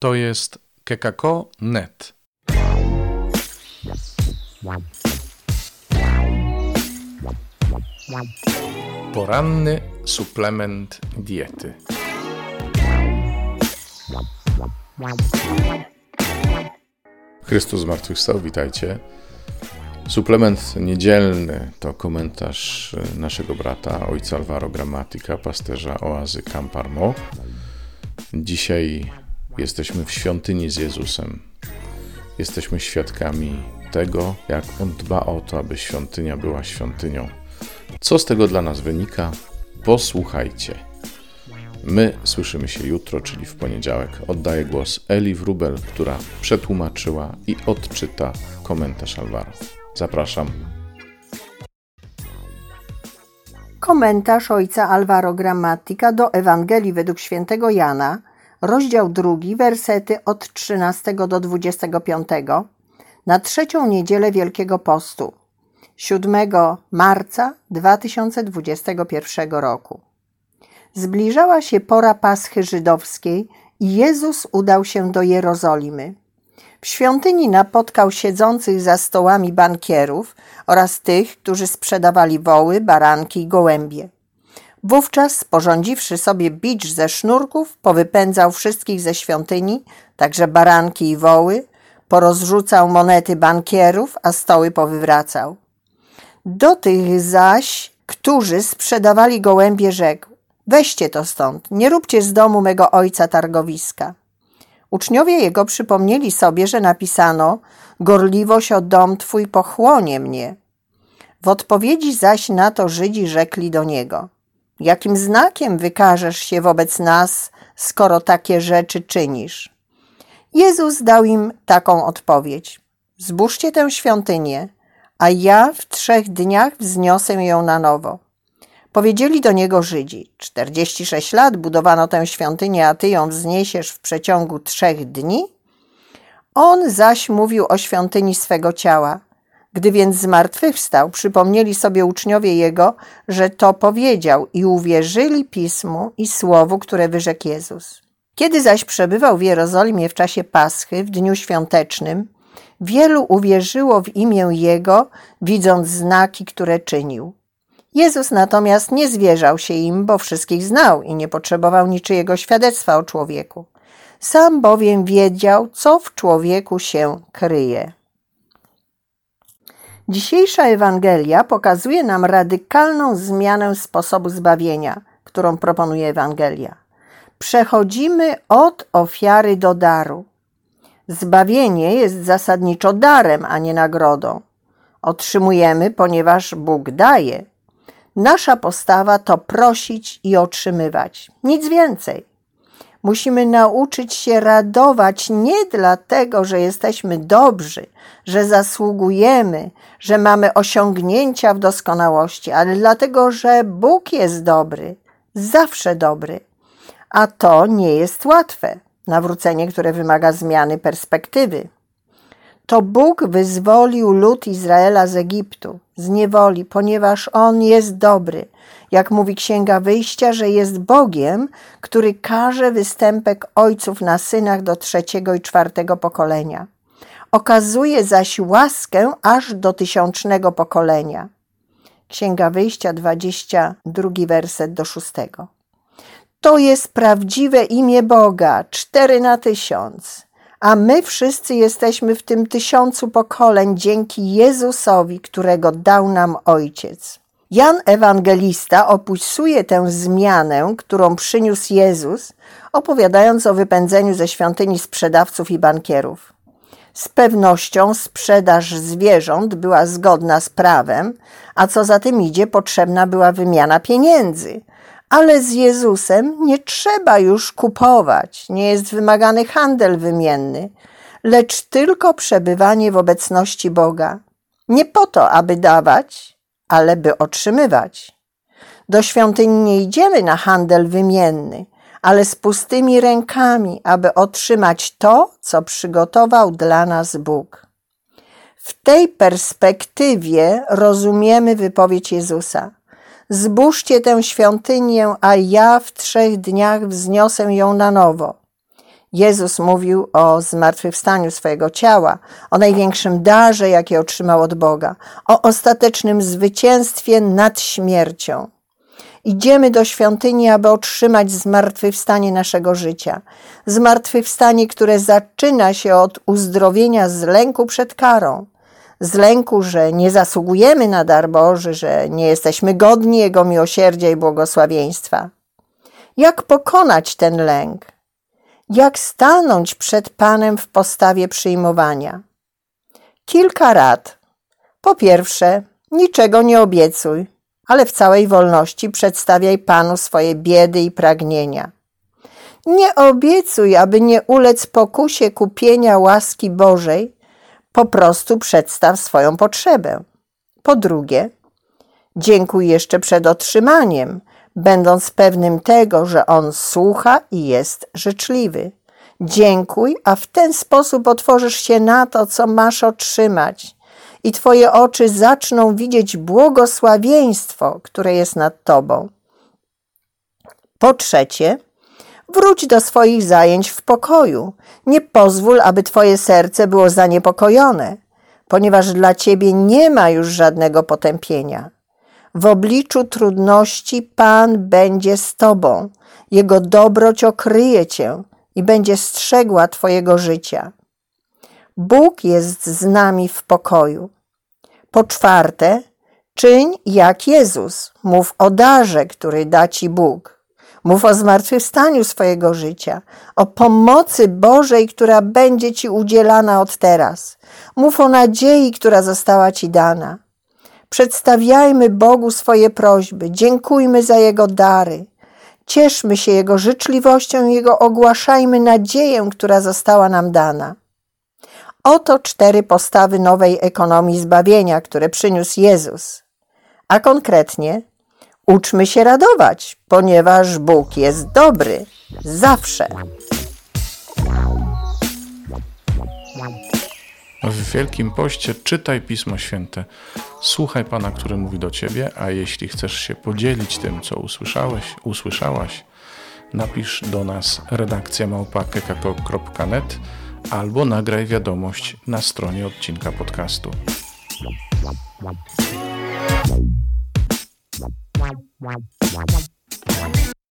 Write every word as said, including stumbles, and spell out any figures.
To jest kekako kropka net. Poranny suplement diety. Chrystus zmartwychwstał, witajcie. Suplement niedzielny to komentarz naszego brata, ojca Alvaro Grammatica, pasterza oazy Camparmo. Dzisiaj jesteśmy w świątyni z Jezusem. Jesteśmy świadkami tego, jak On dba o to, aby świątynia była świątynią. Co z tego dla nas wynika? Posłuchajcie. My słyszymy się jutro, czyli w poniedziałek. Oddaję głos Eli Wróbel, która przetłumaczyła i odczyta komentarz Alvaro. Zapraszam. Komentarz ojca Alvaro Grammatica do Ewangelii według świętego Jana, rozdział drugi, wersety od trzynastego do dwudziestego piątego, na trzecią niedzielę Wielkiego Postu, siódmego marca dwa tysiące dwudziestego pierwszego roku. Zbliżała się pora Paschy żydowskiej i Jezus udał się do Jerozolimy. W świątyni napotkał siedzących za stołami bankierów oraz tych, którzy sprzedawali woły, baranki i gołębie. Wówczas, sporządziwszy sobie bicz ze sznurków, powypędzał wszystkich ze świątyni, także baranki i woły, porozrzucał monety bankierów, a stoły powywracał. Do tych zaś, którzy sprzedawali gołębie, rzekł: weźcie to stąd, nie róbcie z domu mego ojca targowiska. Uczniowie jego przypomnieli sobie, że napisano: gorliwość o dom twój pochłonie mnie. W odpowiedzi zaś na to Żydzi rzekli do niego: jakim znakiem wykażesz się wobec nas, skoro takie rzeczy czynisz? Jezus dał im taką odpowiedź: zbóżcie tę świątynię, a ja w trzech dniach wzniosę ją na nowo. Powiedzieli do niego Żydzi: czterdzieści sześć lat budowano tę świątynię, a ty ją wzniesiesz w przeciągu trzech dni? On zaś mówił o świątyni swego ciała. Gdy więc zmartwychwstał, przypomnieli sobie uczniowie jego, że to powiedział, i uwierzyli Pismu i słowu, które wyrzekł Jezus. Kiedy zaś przebywał w Jerozolimie w czasie Paschy, w dniu świątecznym, wielu uwierzyło w imię Jego, widząc znaki, które czynił. Jezus natomiast nie zwierzał się im, bo wszystkich znał i nie potrzebował niczyjego świadectwa o człowieku. Sam bowiem wiedział, co w człowieku się kryje. Dzisiejsza Ewangelia pokazuje nam radykalną zmianę sposobu zbawienia, którą proponuje Ewangelia. Przechodzimy od ofiary do daru. Zbawienie jest zasadniczo darem, a nie nagrodą. Otrzymujemy, ponieważ Bóg daje. Nasza postawa to prosić i otrzymywać. Nic więcej. Musimy nauczyć się radować nie dlatego, że jesteśmy dobrzy, że zasługujemy, że mamy osiągnięcia w doskonałości, ale dlatego, że Bóg jest dobry, zawsze dobry. A to nie jest łatwe. Nawrócenie, które wymaga zmiany perspektywy. To Bóg wyzwolił lud Izraela z Egiptu, z niewoli, ponieważ On jest dobry. Jak mówi Księga Wyjścia, że jest Bogiem, który karze występek ojców na synach do trzeciego i czwartego pokolenia. Okazuje zaś łaskę aż do tysiącznego pokolenia. Księga Wyjścia, dwudziesty drugi werset do szóstego. To jest prawdziwe imię Boga, cztery na tysiąc. A my wszyscy jesteśmy w tym tysiącu pokoleń dzięki Jezusowi, którego dał nam Ojciec. Jan Ewangelista opisuje tę zmianę, którą przyniósł Jezus, opowiadając o wypędzeniu ze świątyni sprzedawców i bankierów. Z pewnością sprzedaż zwierząt była zgodna z prawem, a co za tym idzie, potrzebna była wymiana pieniędzy. Ale z Jezusem nie trzeba już kupować, nie jest wymagany handel wymienny, lecz tylko przebywanie w obecności Boga. Nie po to, aby dawać, ale by otrzymywać. Do świątyni nie idziemy na handel wymienny, ale z pustymi rękami, aby otrzymać to, co przygotował dla nas Bóg. W tej perspektywie rozumiemy wypowiedź Jezusa. Zbóżcie tę świątynię, a ja w trzech dniach wzniosę ją na nowo. Jezus mówił o zmartwychwstaniu swojego ciała, o największym darze, jaki otrzymał od Boga, o ostatecznym zwycięstwie nad śmiercią. Idziemy do świątyni, aby otrzymać zmartwychwstanie naszego życia. Zmartwychwstanie, które zaczyna się od uzdrowienia z lęku przed karą. Z lęku, że nie zasługujemy na dar Boży, że nie jesteśmy godni Jego miłosierdzia i błogosławieństwa. Jak pokonać ten lęk? Jak stanąć przed Panem w postawie przyjmowania? Kilka rad. Po pierwsze, niczego nie obiecuj, ale w całej wolności przedstawiaj Panu swoje biedy i pragnienia. Nie obiecuj, aby nie ulec pokusie kupienia łaski Bożej, po prostu przedstaw swoją potrzebę. Po drugie, dziękuj jeszcze przed otrzymaniem, będąc pewnym tego, że On słucha i jest życzliwy. Dziękuj, a w ten sposób otworzysz się na to, co masz otrzymać i Twoje oczy zaczną widzieć błogosławieństwo, które jest nad Tobą. Po trzecie, wróć do swoich zajęć w pokoju. Nie pozwól, aby Twoje serce było zaniepokojone, ponieważ dla Ciebie nie ma już żadnego potępienia. W obliczu trudności Pan będzie z Tobą. Jego dobroć okryje Cię i będzie strzegła Twojego życia. Bóg jest z nami w pokoju. Po czwarte, czyń jak Jezus. Mów o darze, który da Ci Bóg. Mów o zmartwychwstaniu swojego życia, o pomocy Bożej, która będzie Ci udzielana od teraz. Mów o nadziei, która została Ci dana. Przedstawiajmy Bogu swoje prośby, dziękujmy za Jego dary. Cieszmy się Jego życzliwością i Jego ogłaszajmy nadzieję, która została nam dana. Oto cztery postawy nowej ekonomii zbawienia, które przyniósł Jezus. A konkretnie, uczmy się radować, ponieważ Bóg jest dobry, zawsze. W Wielkim Poście czytaj Pismo Święte, słuchaj Pana, który mówi do Ciebie, a jeśli chcesz się podzielić tym, co usłyszałeś, usłyszałaś, napisz do nas redakcja małpa k k p kropka net albo nagraj wiadomość na stronie odcinka podcastu.